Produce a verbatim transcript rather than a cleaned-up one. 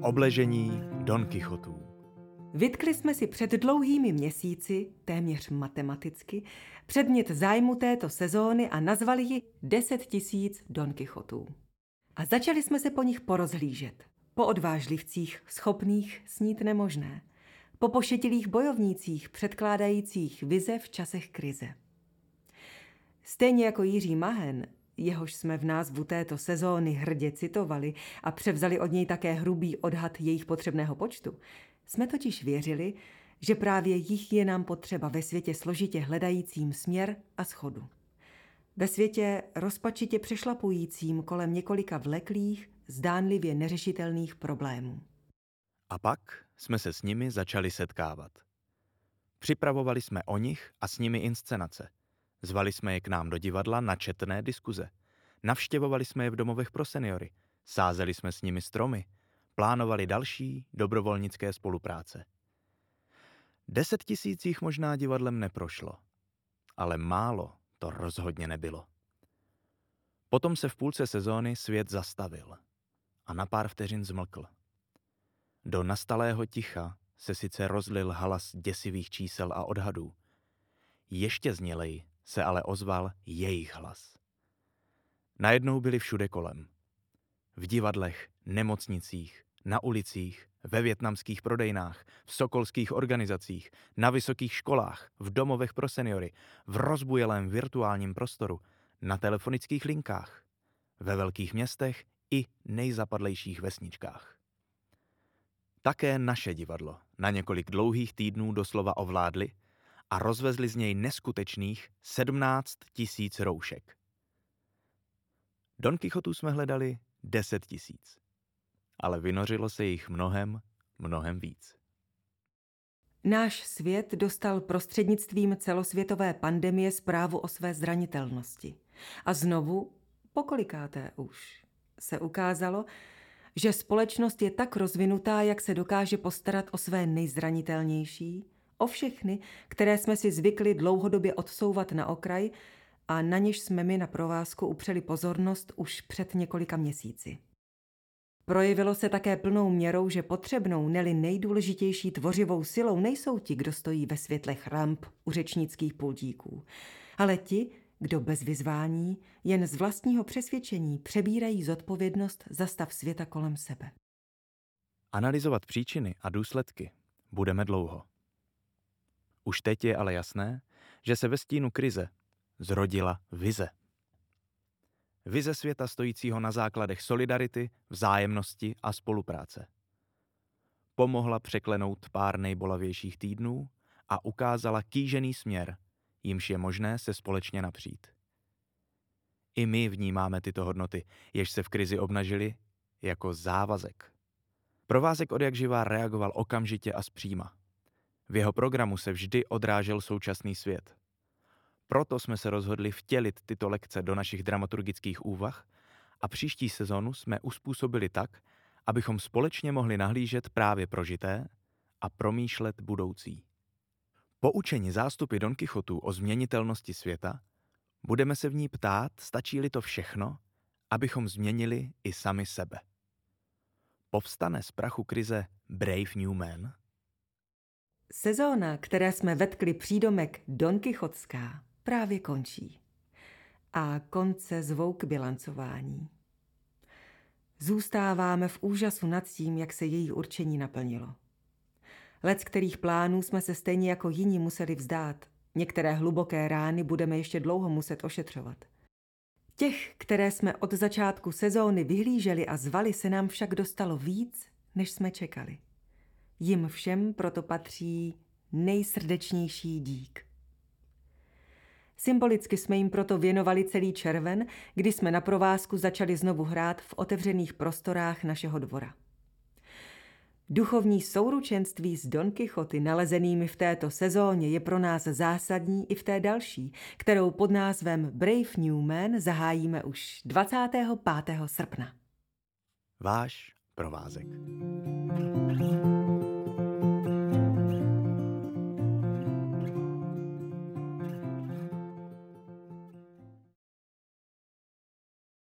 Obležení Don Kichotů. Vytkli jsme si před dlouhými měsíci, téměř matematicky, předmět zájmu této sezóny a nazvali ji deset tisíc Don Kichotů. A začali jsme se po nich porozhlížet. Po odvážlivcích, schopných snít nemožné. Po pošetilých bojovnících, předkládajících vize v časech krize. Stejně jako Jiří Mahen, jehož jsme v názvu této sezóny hrdě citovali a převzali od něj také hrubý odhad jejich potřebného počtu, jsme totiž věřili, že právě jich je nám potřeba ve světě složitě hledajícím směr a schodu. Ve světě rozpačitě přešlapujícím kolem několika vleklých, zdánlivě neřešitelných problémů. A pak jsme se s nimi začali setkávat. Připravovali jsme o nich a s nimi inscenace. Zvali jsme je k nám do divadla na četné diskuze. Navštěvovali jsme je v domovech pro seniory. Sázeli jsme s nimi stromy. Plánovali další dobrovolnické spolupráce. Deset tisíc jich možná divadlem neprošlo. Ale málo to rozhodně nebylo. Potom se v půlce sezóny svět zastavil a na pár vteřin zmlkl. Do nastalého ticha se sice rozlil halas děsivých čísel a odhadů. Ještě znělej se ale ozval jejich hlas. Najednou byli všude kolem. V divadlech, nemocnicích, na ulicích, ve vietnamských prodejnách, v sokolských organizacích, na vysokých školách, v domovech pro seniory, v rozbujelém virtuálním prostoru, na telefonických linkách, ve velkých městech i nejzapadlejších vesničkách. Také naše divadlo na několik dlouhých týdnů doslova ovládli a rozvezli z něj neskutečných sedmnáct tisíc roušek. Don Kichotů jsme hledali deset tisíc, ale vynořilo se jich mnohem, mnohem víc. Náš svět dostal prostřednictvím celosvětové pandemie zprávu o své zranitelnosti. A znovu, pokolikáté už, se ukázalo, že společnost je tak rozvinutá, jak se dokáže postarat o své nejzranitelnější, o všechny, které jsme si zvykli dlouhodobě odsouvat na okraj a na něž jsme my na provázku upřeli pozornost už před několika měsíci. Projevilo se také plnou měrou, že potřebnou, neli nejdůležitější tvořivou silou nejsou ti, kdo stojí ve světlech ramp u řečnických pultíků, ale ti, kdo bez vyzvání, jen z vlastního přesvědčení přebírají zodpovědnost za stav světa kolem sebe. Analyzovat příčiny a důsledky budeme dlouho. Už teď je ale jasné, že se ve stínu krize zrodila vize. Vize světa stojícího na základech solidarity, vzájemnosti a spolupráce. Pomohla překlenout pár nejbolavějších týdnů a ukázala kýžený směr, jimž je možné se společně napřít. I my vnímáme tyto hodnoty, jež se v krizi obnažily, jako závazek. Provázek odjakživa reagoval okamžitě a zpříma. V jeho programu se vždy odrážel současný svět. Proto jsme se rozhodli vtělit tyto lekce do našich dramaturgických úvah a příští sezónu jsme uspůsobili tak, abychom společně mohli nahlížet právě prožité a promýšlet budoucí. Poučeni zástupy Don Kichotů o změnitelnosti světa, budeme se v ní ptát, stačí-li to všechno, abychom změnili i sami sebe. Povstane z prachu krize Brave New Man? Sezóna, které jsme vetkli přídomek Don Kichotská, právě končí. A konce zvou k bilancování. Zůstáváme v úžasu nad tím, jak se její určení naplnilo. Lec kterých plánů jsme se stejně jako jiní museli vzdát. Některé hluboké rány budeme ještě dlouho muset ošetřovat. Těch, které jsme od začátku sezóny vyhlíželi a zvali, se nám však dostalo víc, než jsme čekali. Jim všem proto patří nejsrdečnější dík. Symbolicky jsme jim proto věnovali celý červen, kdy jsme na provázku začali znovu hrát v otevřených prostorách našeho dvora. Duchovní souručenství s Don Kichoty nalezenými v této sezóně je pro nás zásadní i v té další, kterou pod názvem Brave New Man zahájíme už dvacátého pátého srpna. Váš provázek.